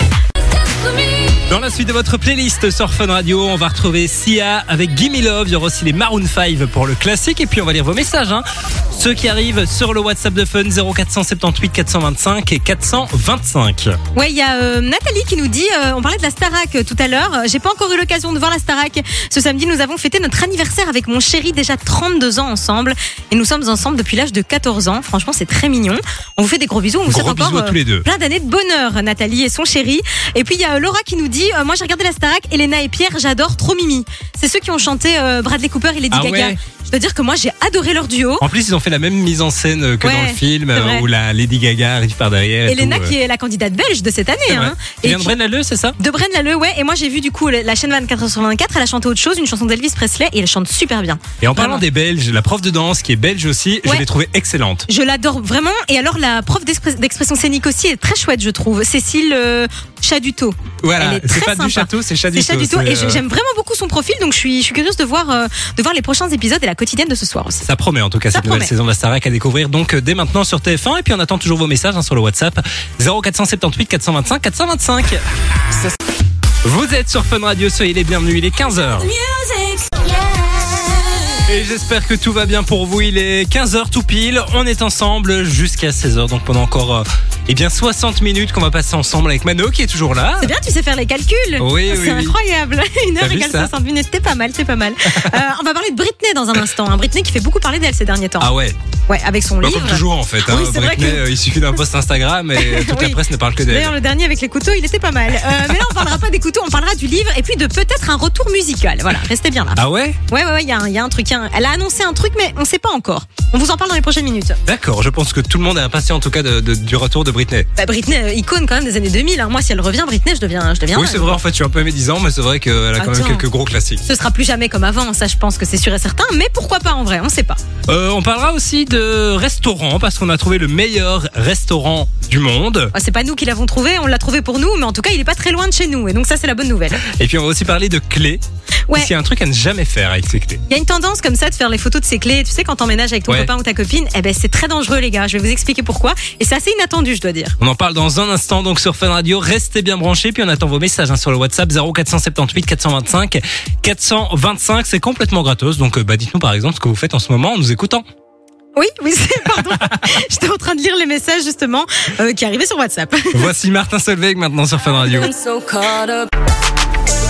Dans la suite de votre playlist sur Fun Radio, on va retrouver Sia avec Gimme Love. Il y aura aussi les Maroon 5 pour le classique. Et puis on va lire vos messages. Hein. Ceux qui arrivent sur le WhatsApp de Fun 0478 425 et 425. Ouais, il y a Nathalie qui nous dit, on parlait de la Starac tout à l'heure. J'ai pas encore eu l'occasion de voir la Starac. Ce samedi, nous avons fêté notre anniversaire avec mon chéri, déjà 32 ans ensemble. Et nous sommes ensemble depuis l'âge de 14 ans. Franchement, c'est très mignon. On vous fait des gros bisous. On vous souhaite Gros encore bisous à tous les deux. plein d'années de bonheur, Nathalie et son chéri. Et puis il y a Laura qui nous dit, moi j'ai regardé la Starac, Elena et Pierre, j'adore, trop mimi. C'est ceux qui ont chanté Bradley Cooper et Lady Ah Gaga. ouais. Je dois dire que moi j'ai adoré leur duo. En plus, ils ont fait la même mise en scène que Ouais, dans le film c'est vrai. où la Lady Gaga arrive par derrière. et Elena tout, qui est la candidate belge de cette année. c'est vrai. Hein. Qui Et vient de Braine-l'Alleud, c'est ça? de Braine-l'Alleud, ouais. Et moi j'ai vu du coup la chaîne 24h/24, elle a chanté autre chose, une chanson d'Elvis Presley, et elle chante super bien. Et en parlant Vraiment. des Belges, la prof de danse qui est belge aussi, je Ouais. l'ai trouvée excellente. Je l'adore vraiment. Et alors la prof d'expression scénique aussi est très chouette, je trouve. Cécile Chaduto. Voilà, Elle est c'est très pas du sympa. château, c'est Chaduto. C'est Chaduto. Et c'est, j'aime vraiment beaucoup son profil, donc je suis curieuse de voir les prochains épisodes et la quotidienne de ce soir aussi. Ça promet en tout cas Ça cette nouvelle promet. saison de la Starac à découvrir donc dès maintenant sur TF1 et puis on attend toujours vos messages sur le WhatsApp 0478 425 425. Vous êtes sur Fun Radio, soyez les bienvenus, il est 15h. Et j'espère que tout va bien pour vous, il est 15h tout pile, on est ensemble jusqu'à 16h donc pendant encore 60 minutes qu'on va passer ensemble avec Mano qui est toujours là. C'est bien, tu sais faire les calculs. Oui, c'est oui, oui. incroyable. 1 T'as heure vu égale ça 60 minutes, c'est pas mal, c'est pas mal. On va parler de Britney dans un instant. Hein. Britney qui fait beaucoup parler d'elle ces derniers temps. Ah ouais, Ouais, avec son bah, livre. comme toujours en fait. Hein. Oui, c'est vrai Britney, que- il suffit d'un post Instagram et toute la Oui. presse ne parle que d'elle. D'ailleurs, le dernier avec les couteaux, il était pas mal. Mais là, on parlera pas des couteaux, on parlera du livre et puis de peut-être un retour musical. Voilà, restez bien là. Ah ouais? Ouais, il y a un truc. Elle a annoncé un truc, mais on sait pas encore. On vous en parle dans les prochaines minutes. D'accord, je pense que tout le monde est impatient en tout cas du retour de Britney. Bah, Britney, icône quand même des années 2000. Hein. Moi, si elle revient, Britney, je deviens. Oui, c'est vrai, en fait, je suis un peu médisant, mais c'est vrai qu'elle a quand même Attends. quelques gros classiques. Ce sera plus jamais comme avant, ça je pense que c'est sûr et certain, mais pourquoi pas en vrai, on sait pas. On parlera aussi de restaurants, parce qu'on a trouvé le meilleur restaurant du monde. C'est pas nous qui l'avons trouvé, on l'a trouvé pour nous, mais en tout cas il est pas très loin de chez nous, et donc ça c'est la bonne nouvelle. Et puis on va aussi parler de clés. Ouais. S'il y a un truc à ne jamais faire avec ces clés. Il y a une tendance comme ça de faire les photos de ses clés, tu sais quand t'emménages avec ton Ouais. copain ou ta copine, eh ben c'est très dangereux les gars, je vais vous expliquer pourquoi, et c'est assez inattendu je dois dire. On en parle dans un instant donc sur Fun Radio. Restez bien branchés, puis on attend vos messages sur le WhatsApp 0478 425 425. C'est complètement gratos, donc dites-nous par exemple ce que vous faites en ce moment en nous écoutant. Oui, pardon, j'étais en train de lire les messages justement qui arrivaient sur WhatsApp. Voici Martin Solveig maintenant sur Fun Radio.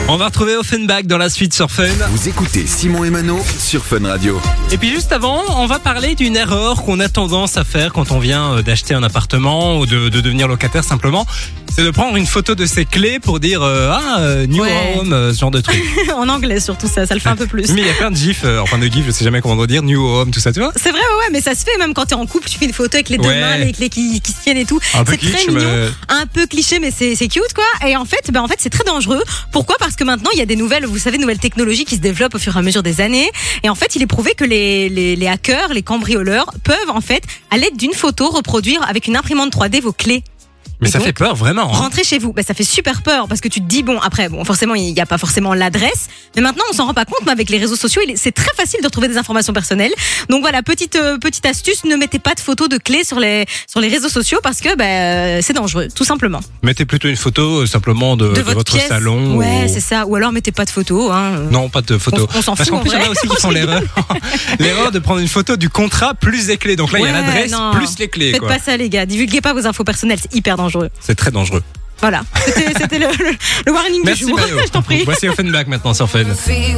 On va retrouver Offenbach dans la suite sur Fun. Vous écoutez Simon et Mano sur Fun Radio. Et puis juste avant, on va parler d'une erreur qu'on a tendance à faire quand on vient d'acheter un appartement ou de devenir locataire simplement. C'est de prendre une photo de ses clés pour dire New Ouais. Home, ce genre de truc. En anglais surtout ça le fait un peu plus. Mais il y a plein de gifs, de gifs, je sais jamais comment dire, New Home, tout ça, tu vois. C'est vrai, ouais, mais ça se fait même quand t'es en couple, tu fais une photo avec les deux Ouais. mains, les clés qui se tiennent et tout. Un peu C'est très kitsch, mignon, mais- un peu cliché, mais c'est cute quoi. Et en fait, c'est très dangereux. Pourquoi ? Parce que maintenant il y a des nouvelles technologies qui se développent au fur et à mesure des années. Et en fait, il est prouvé que les hackers, les cambrioleurs peuvent en fait, à l'aide d'une photo, reproduire avec une imprimante 3D vos clés. Mais Et ça donc, fait peur, vraiment. Hein. Rentrer chez vous, ça fait super peur parce que tu te dis forcément il n'y a pas forcément l'adresse, mais maintenant on s'en rend pas compte. Mais avec les réseaux sociaux, c'est très facile de retrouver des informations personnelles. Donc voilà, petite astuce, ne mettez pas de photos de clés sur les réseaux sociaux parce que c'est dangereux, tout simplement. Mettez plutôt une photo simplement de votre pièce. salon. Ouais, ou- c'est ça. Ou alors mettez pas de photos. Hein. Non, pas de photo. On s'en Parce fout, qu'en plus, en il y en a vrai. aussi qui font l'erreur de prendre une photo du contrat plus les clés. Donc là, il y a Ouais, l'adresse non. plus les clés. Faites Quoi. pas ça les gars, divulguez pas vos infos personnelles, c'est hyper dangereux. C'est très dangereux. Voilà, c'était le warning Merci du jour. Mano. Je t'en prie. Voici Offenbach maintenant sur Fun.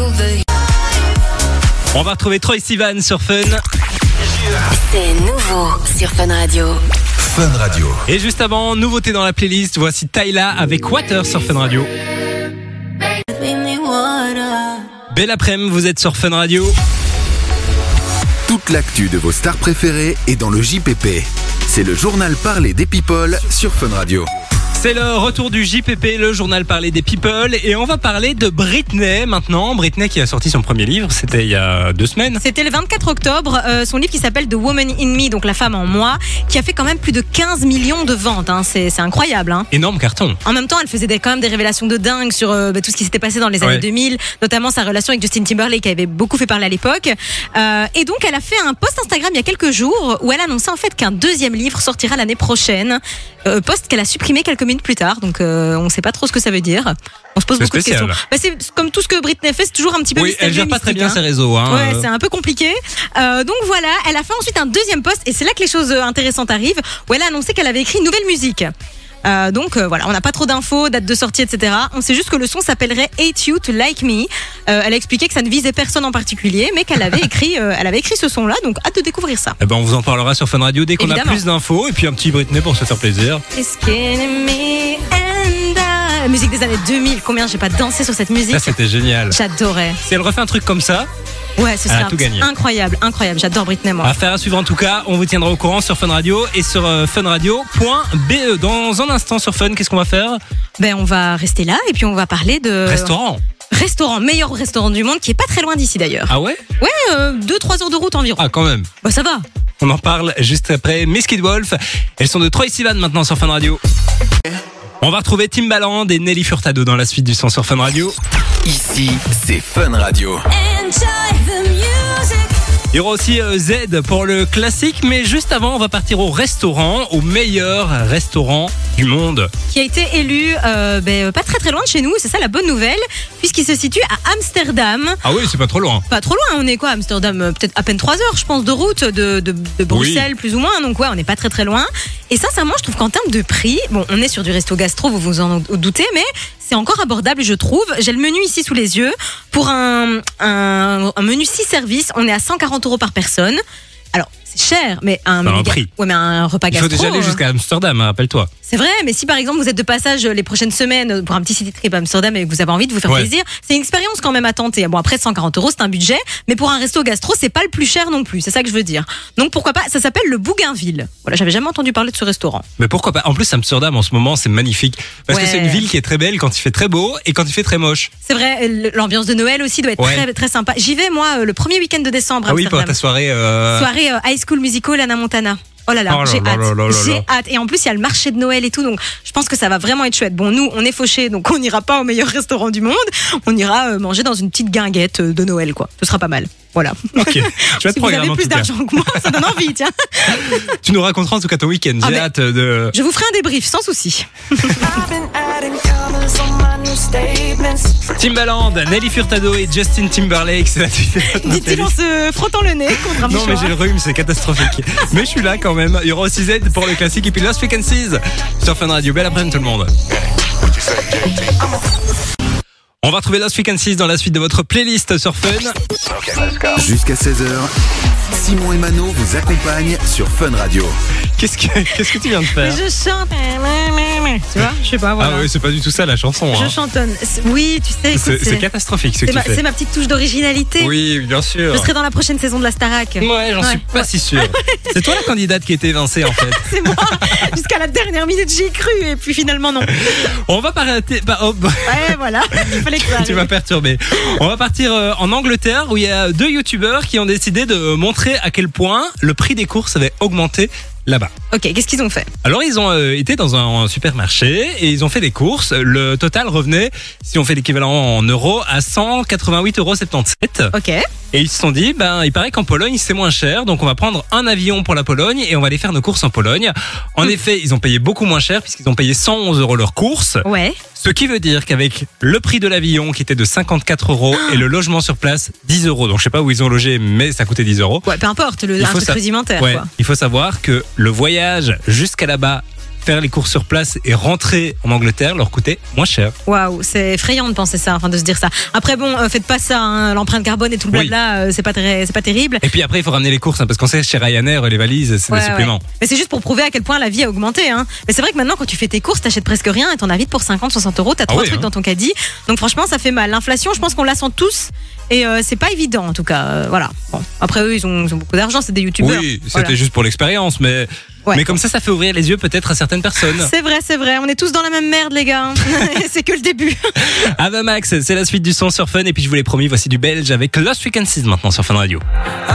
On va retrouver Troye Sivan sur Fun. C'est nouveau sur Fun Radio. Fun Radio. Et juste avant, nouveauté dans la playlist, voici Tyla avec Water sur Fun Radio. Belle après-midi, vous êtes sur Fun Radio. Toute l'actu de vos stars préférées est dans le JPP. C'est le journal parlé des people sur Fun Radio. C'est le retour du JPP, le journal parlé des people, et on va parler de Britney maintenant. Britney qui a sorti son premier livre, c'était il y a 2 semaines. C'était le 24 octobre, son livre qui s'appelle The Woman in Me, donc la femme en moi, qui a fait quand même plus de 15 millions de ventes. Hein. C'est incroyable. Hein. Énorme carton. En même temps, elle faisait quand même des révélations de dingue sur tout ce qui s'était passé dans les années 2000, notamment sa relation avec Justin Timberlake qui avait beaucoup fait parler à l'époque. Et donc, elle a fait un post Instagram il y a quelques jours où elle annonçait en fait qu'un deuxième livre sortira l'année prochaine. Post qu'elle a supprimé quelques minutes plus tard, donc on ne sait pas trop ce que ça veut dire. On se pose C'est beaucoup spécial. de questions. C'est comme tout ce que Britney fait, c'est toujours un petit peu Oui, mystérieux, elle gère pas très mystique, bien hein. ses réseaux. Hein. Ouais, c'est un peu compliqué. Donc voilà, elle a fait ensuite un deuxième post et c'est là que les choses intéressantes arrivent, où elle a annoncé qu'elle avait écrit une nouvelle musique. Donc voilà, on n'a pas trop d'infos, date de sortie, etc. On sait juste que le son s'appellerait Hate You to Like Me. Elle a expliqué que ça ne visait personne en particulier, mais qu'elle avait écrit ce son-là. Donc hâte de découvrir ça. Eh ben, on vous en parlera sur Fun Radio dès qu'on a Évidemment. plus d'infos. Et puis un petit Britney pour se faire plaisir. It's killing me and I- Musique des années 2000. Combien j'ai pas dansé sur cette musique. Ça, c'était génial. J'adorais. Si elle refait un truc comme ça, Ouais, ce Elle a sera tout gagné. incroyable. J'adore Britney, moi. affaire à suivre en tout cas. On vous tiendra au courant sur Fun Radio et sur funradio.be. Dans un instant sur Fun, qu'est-ce qu'on va faire? On va rester là et puis on va parler de Restaurant. meilleur restaurant du monde qui est pas très loin d'ici d'ailleurs. Ah ouais? Ouais, 2-3 heures de route environ. Ah, quand même. Bah ça va. On en parle juste après Miss Kid Wolf. Elles sont de Troye Sivan maintenant sur Fun Radio. On va retrouver Timbaland et Nelly Furtado dans la suite du son sur Fun Radio. Ici, c'est Fun Radio. Il y aura aussi Z pour le classique, mais juste avant, on va partir au restaurant, au meilleur restaurant du monde. Qui a été élu pas très très loin de chez nous, c'est ça la bonne nouvelle, puisqu'il se situe à Amsterdam. Ah oui, c'est pas trop loin. Pas trop loin, on est quoi Amsterdam, peut-être à peine 3 heures je pense de route de Bruxelles plus ou moins, donc ouais on n'est pas très très loin. Et sincèrement je trouve qu'en termes de prix, bon on est sur du resto gastro, vous vous en doutez, mais c'est encore abordable je trouve. J'ai le menu ici sous les yeux, pour un menu 6 services, on est à 140 € par personne. Alors c'est cher, mais un prix. Ouais, mais un repas Il faut gastro. déjà aller jusqu'à Amsterdam, hein, rappelle-toi. C'est vrai, mais si par exemple vous êtes de passage les prochaines semaines pour un petit city trip à Amsterdam et que vous avez envie de vous faire plaisir, c'est une expérience quand même à tenter. Bon après 140 € c'est un budget, mais pour un resto gastro c'est pas le plus cher non plus, c'est ça que je veux dire. Donc pourquoi pas, ça s'appelle le Bougainville. Voilà, j'avais jamais entendu parler de ce restaurant. Mais pourquoi pas? En plus, Amsterdam en ce moment, c'est magnifique. Parce que c'est une ville qui est très belle quand il fait très beau et quand il fait très moche. C'est vrai, l'ambiance de Noël aussi doit être très très sympa. J'y vais moi le premier week-end de décembre à Ah oui, Amsterdam. pour ta soirée. Soirée High School Musical Hannah Montana. Oh là là, j'ai hâte. Et en plus, il y a le marché de Noël et tout, donc je pense que ça va vraiment être chouette. Bon, nous, on est fauchés, donc on n'ira pas au meilleur restaurant du monde. On ira manger dans une petite guinguette de Noël, quoi. Ce sera pas mal. Voilà. Ok. Tu vas Si te vous avez programmer en plus tout cas. d'argent que moi, ça donne envie, tiens. Tu nous raconteras en tout cas ton week-end. J'ai hâte de. Je vous ferai un débrief, sans souci. Timbaland, Nelly Furtado et Justin Timberlake, c'est la suite de notre Dit-il en playlist. se frottant le nez contre un Non mais mouchoir. j'ai le rhume, c'est catastrophique. Mais je suis là quand même. Il y aura aussi Z pour le classique et puis Lost Frequencies sur Fun Radio. Belle après-midi tout le monde. On va retrouver Lost Weekend 6 dans la suite de votre playlist sur Fun. Jusqu'à 16h, Simon et Mano vous accompagnent sur Fun Radio. Qu'est-ce que tu viens de faire? Je chante. Tu vois, je sais pas, voilà. Ah oui, c'est pas du tout ça la chanson. Je hein. chantonne. Oui, tu sais, écoute, C'est catastrophique ce que tu fais. c'est ma petite touche d'originalité. Oui, bien sûr. Je serai dans la prochaine saison de la Starac. Ouais, j'en suis pas si sûr. C'est toi la candidate qui a été évincée en fait. C'est moi. Jusqu'à la dernière minute, j'y ai cru et puis finalement non. On va partir. Ouais, voilà. Il fallait que ça Tu m'as arrive. perturbé. On va partir en Angleterre où il y a 2 youtubeurs qui ont décidé de montrer à quel point le prix des courses avait augmenté là-bas. Ok, qu'est-ce qu'ils ont fait? Alors ils ont été dans un supermarché et ils ont fait des courses. Le total revenait, si on fait l'équivalent en euros, à 188,77 €. Ok. Et ils se sont dit, il paraît qu'en Pologne c'est moins cher, donc on va prendre un avion pour la Pologne et on va aller faire nos courses en Pologne. En effet, ils ont payé beaucoup moins cher puisqu'ils ont payé 111 € leurs courses. Ouais. Ce qui veut dire qu'avec le prix de l'avion qui était de 54 € et le logement sur place 10 €, donc je sais pas où ils ont logé, mais ça coûtait 10 €. Ouais, peu importe, un truc rudimentaire. Ouais, Quoi. il faut savoir que le voyage jusqu'à là-bas, faire les courses sur place et rentrer en Angleterre leur coûtait moins cher. Waouh, c'est effrayant de penser ça, enfin de se dire ça. Après bon, faites pas ça, hein, l'empreinte carbone et tout le blabla, c'est pas terrible. Et puis après, il faut ramener les courses, parce qu'on sait chez Ryanair, les valises, c'est des suppléments. Ouais. Mais c'est juste pour prouver à quel point la vie a augmenté. Hein. Mais c'est vrai que maintenant, quand tu fais tes courses, t'achètes presque rien et t'en as vite pour 50-60 €. T'as 3 trucs dans ton caddie. Donc franchement, ça fait mal. L'inflation, je pense qu'on la sent tous. Et c'est pas évident en tout cas. Voilà. Bon. Après eux, ils ont beaucoup d'argent, c'est des youtubeurs. Oui, c'était juste pour l'expérience, mais comme ça fait ouvrir les yeux peut-être à certaines personnes. C'est vrai. On est tous dans la même merde, les gars. C'est que le début. Avamax, c'est la suite du son sur Fun. Et puis je vous l'ai promis, voici du belge avec Lost Weekend 6 maintenant sur Fun Radio.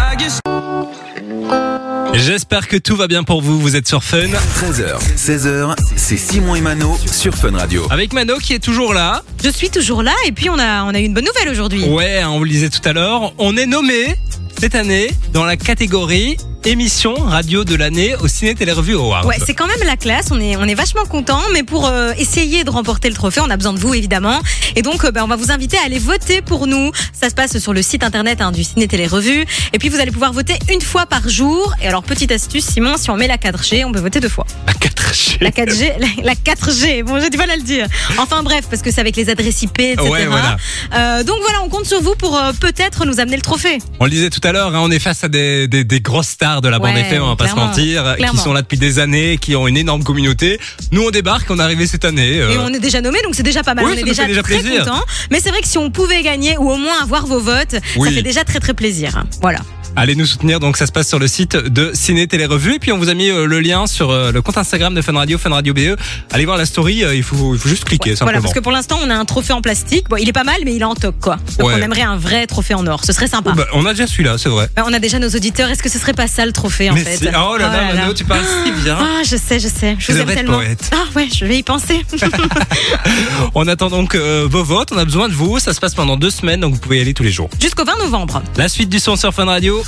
J'espère que tout va bien pour vous, vous êtes sur Fun. 13h, 16h, c'est Simon et Mano sur Fun Radio. Ah. Avec Mano qui est toujours là. Je suis toujours là et puis on a eu une bonne nouvelle aujourd'hui. Ouais, on vous le disait tout à l'heure, on est nommé cette année dans la catégorie émission radio de l'année au Ciné Télé Revue Awards. Ouais, c'est quand même la classe, on est vachement contents, mais pour essayer de remporter le trophée, on a besoin de vous évidemment. Et donc on va vous inviter à aller voter pour nous. Ça se passe sur le site internet du Ciné Télé Revue. Et puis vous allez pouvoir voter une fois par jour. Et alors petite astuce Simon, si on met la 4G, on peut voter 2 fois. La 4G. La 4G, la 4G. Bon, j'ai du mal à le dire. Enfin bref, parce que c'est avec les adresses IP, etc. Ouais, voilà. Donc voilà, on compte sur vous pour peut-être nous amener le trophée. On le disait tout à l'heure, on est face à des grosses stars de la bande FM, on va pas se mentir, qui sont là depuis des années, qui ont une énorme communauté. Nous on débarque, on est arrivé cette année. Et on est déjà nommé, donc c'est déjà pas mal. Oui, on est déjà très plaisir. contents. Mais c'est vrai que si on pouvait gagner ou au moins avoir vos votes, ça fait déjà très plaisir. Voilà. Allez nous soutenir, donc ça se passe sur le site de Ciné Télé Revue. Et puis on vous a mis le lien sur le compte Instagram de Fun Radio BE. Allez voir la story, il faut juste cliquer simplement. Voilà, parce que pour l'instant on a un trophée en plastique. Bon, il est pas mal, mais il est en toc quoi. Donc on aimerait un vrai trophée en or. Ce serait sympa. On a déjà celui-là, c'est vrai. On a déjà nos auditeurs. Est-ce que ce serait pas ça le trophée en fait? Oh là là, Mano, tu parles si bien. Ah, je sais. Je vous aime tellement. Poète. Ah ouais, je vais y penser. On attend donc vos votes. On a besoin de vous. Ça se passe pendant 2 semaines, donc vous pouvez y aller tous les jours. Jusqu'au 20 novembre. La suite du son sur Fun Radio.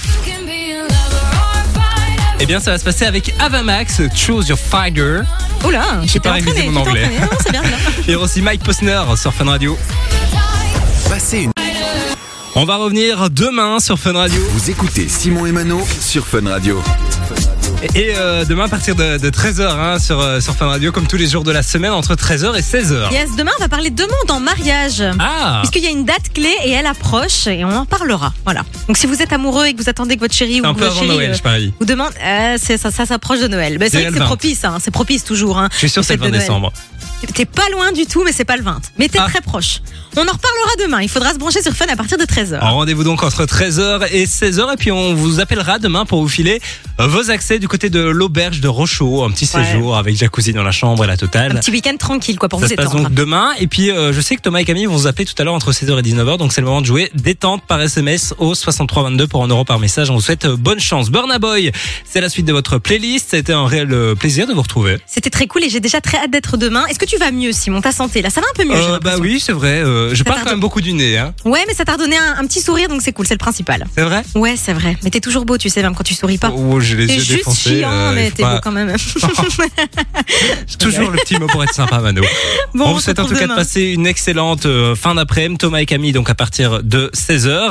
Eh bien, ça va se passer avec Avamax, Choose Your Fighter. Oula, j'étais entraîné mon anglais. Non, c'est bien. Et aussi Mike Posner sur Fun Radio. Passez une... On va revenir demain sur Fun Radio. Vous écoutez Simon et Mano sur Fun Radio. Et demain à partir de 13h sur Fun Radio, comme tous les jours de la semaine, entre 13h et 16h. Yes, demain on va parler de demande en mariage. Ah. Puisqu'il y a une date clé et elle approche et on en parlera. Voilà. Donc si vous êtes amoureux et que vous attendez que votre chéri ou un peu votre avant chérie Noël, je parie. vous demande, ça s'approche de Noël. Ben, c'est vrai que c'est propice, c'est propice toujours. Je suis sûr que c'est le 20 décembre. T'es pas loin du tout, mais c'est pas le 20. Mais t'es très proche. On en reparlera demain. Il faudra se brancher sur Fun à partir de 13h. Rendez-vous donc entre 13h et 16h. Et puis on vous appellera demain pour vous filer vos accès du côté de l'auberge de Rocheau. Un petit séjour avec jacuzzi dans la chambre et la totale. Un petit week-end tranquille pour vous détendre. Ça se passe donc demain. Et puis je sais que Thomas et Camille vont vous appeler tout à l'heure entre 16h et 19h. Donc c'est le moment de jouer détente par SMS au 6322 pour 1 € par message. On vous souhaite bonne chance. Burna Boy, c'est la suite de votre playlist. Ça a été un réel plaisir de vous retrouver. C'était très cool et j'ai déjà très hâte d'être demain. Est-ce que tu vas mieux, Simon? Ta santé là, ça va un peu mieux? Bah oui, c'est vrai. Je parle quand même beaucoup du nez. Hein. Ouais, mais ça t'a redonné un petit sourire, donc c'est cool, c'est le principal. C'est vrai? Ouais, c'est vrai. Mais t'es toujours beau, tu sais, même quand tu souris pas. Oh, j'ai les t'es yeux juste défoncés. Chiant, mais t'es beau quand même. Toujours le petit mot pour être sympa, Mano. Bon, on vous souhaite en tout cas de passer une excellente fin d'après-midi. Thomas et Camille, donc à partir de 16h.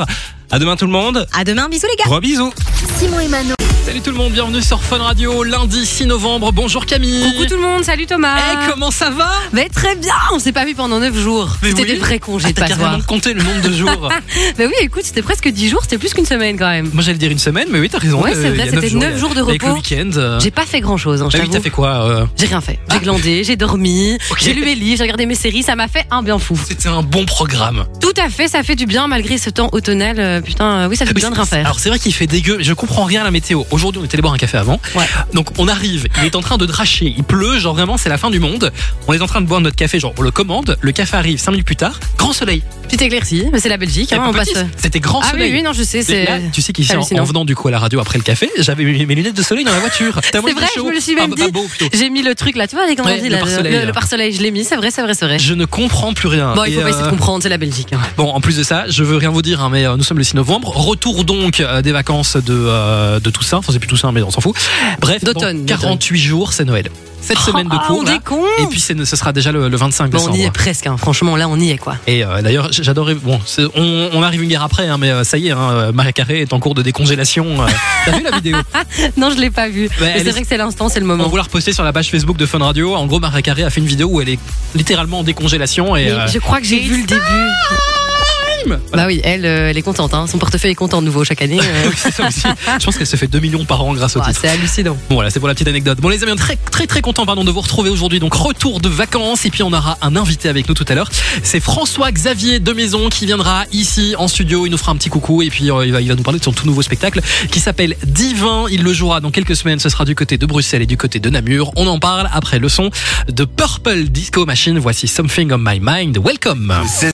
À demain tout le monde. À demain, bisous les gars. Gros bisous. Simon et Mano. Salut tout le monde, bienvenue sur Fun Radio, lundi 6 novembre. Bonjour Camille. Coucou tout le monde, salut Thomas. Comment ça va? Mais très bien, on s'est pas vu pendant 9 jours. Mais C'était oui. des vrais congés de T'as passoire. carrément compté le nombre de jours. Mais oui, écoute, c'était presque 10 jours, c'était plus qu'une semaine quand même. Moi j'allais dire une semaine, mais oui t'as raison. Ouais, c'est vrai, il y a c'était 9 jours de Avec le repos. week-end. J'ai pas fait grand chose, je Ah oui, t'avoue. t'as fait quoi J'ai rien fait. J'ai glandé, j'ai dormi, Ok. j'ai lu mes livres, j'ai regardé mes séries, ça m'a fait un bien fou. C'était un bon programme. Tout à fait, ça fait du bien malgré ce temps automnal. Oui, ça fait du bien de rien faire. Alors c'est vrai qu'il fait dégueu, je comprends rien à la météo. Aujourd'hui on était allé boire un café avant. Ouais. Donc on arrive, il est en train de dracher, il pleut, genre vraiment c'est la fin du monde. On est en train de boire notre café, genre on le commande, le café arrive 5 minutes plus tard, grand soleil. Petite éclaircie, mais c'est la Belgique, on passe. C'était grand Ah soleil. oui, oui, non, je sais, Et c'est. là, tu sais qu'ici, en hallucinant. venant du coup à la radio après le café, j'avais mis mes lunettes de soleil dans la voiture. C'est vrai, je me le suis même Pas dit. beau, plutôt. J'ai mis le truc là, tu vois, les comment on Ouais, dit, le là, pare-soleil. le pare-soleil, je l'ai mis, c'est vrai. Je ne comprends plus rien. Bon, il faut Et, pas essayer de comprendre, c'est la Belgique. Bon, en plus de ça, je veux rien vous dire, hein, mais nous sommes le 6 novembre. Retour donc des vacances de Toussaint. Enfin, c'est plus Toussaint, mais on s'en fout. Bref, D'automne, dans 48 jours, c'est Noël. Cette semaine de cours. on là. décompte. Et puis ce sera déjà le 25 Bon, décembre. on y est presque, hein. Franchement, là, on y est quoi. Et d'ailleurs, j'adorais. Bon, on arrive une guerre après, hein, mais ça y est, Maria Carré est en cours de décongélation. T'as vu la vidéo? Non, je l'ai pas vu. Mais elle c'est est- vrai que c'est l'instant, c'est le On moment. va la reposter sur la page Facebook de Fun Radio. En gros, Maria Carré a fait une vidéo où elle est littéralement en décongélation et Mais je crois que j'ai vu le début. Bah oui, elle est contente. Hein. Son portefeuille est content de nouveau chaque année. oui, c'est ça aussi. Je pense qu'elle se fait 2 millions par an grâce au Ouah, titre. c'est hallucinant. Bon voilà, c'est pour la petite anecdote. Bon les amis, on est très content de vous retrouver aujourd'hui. Donc retour de vacances et puis on aura un invité avec nous tout à l'heure. C'est François-Xavier de Maison qui viendra ici en studio. Il nous fera un petit coucou et puis il va nous parler de son tout nouveau spectacle qui s'appelle Divin. Il le jouera dans quelques semaines. Ce sera du côté de Bruxelles et du côté de Namur. On en parle après le son de Purple Disco Machine. Voici Something on My Mind. Welcome.